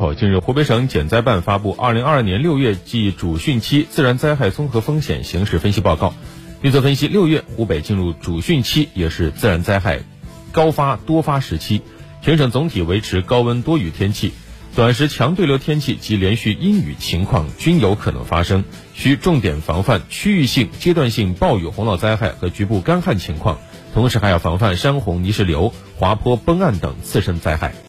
近日，湖北省减灾办发布2022年6月即主汛期自然灾害综合风险形势分析报告。预测分析，6月湖北进入主汛期，也是自然灾害高发多发时期。全省总体维持高温多雨天气，短时强对流天气及连续阴雨情况均有可能发生，需重点防范区域性、阶段性暴雨洪涝灾害和局部干旱情况，同时还要防范山洪泥石流、滑坡崩岸等次生灾害。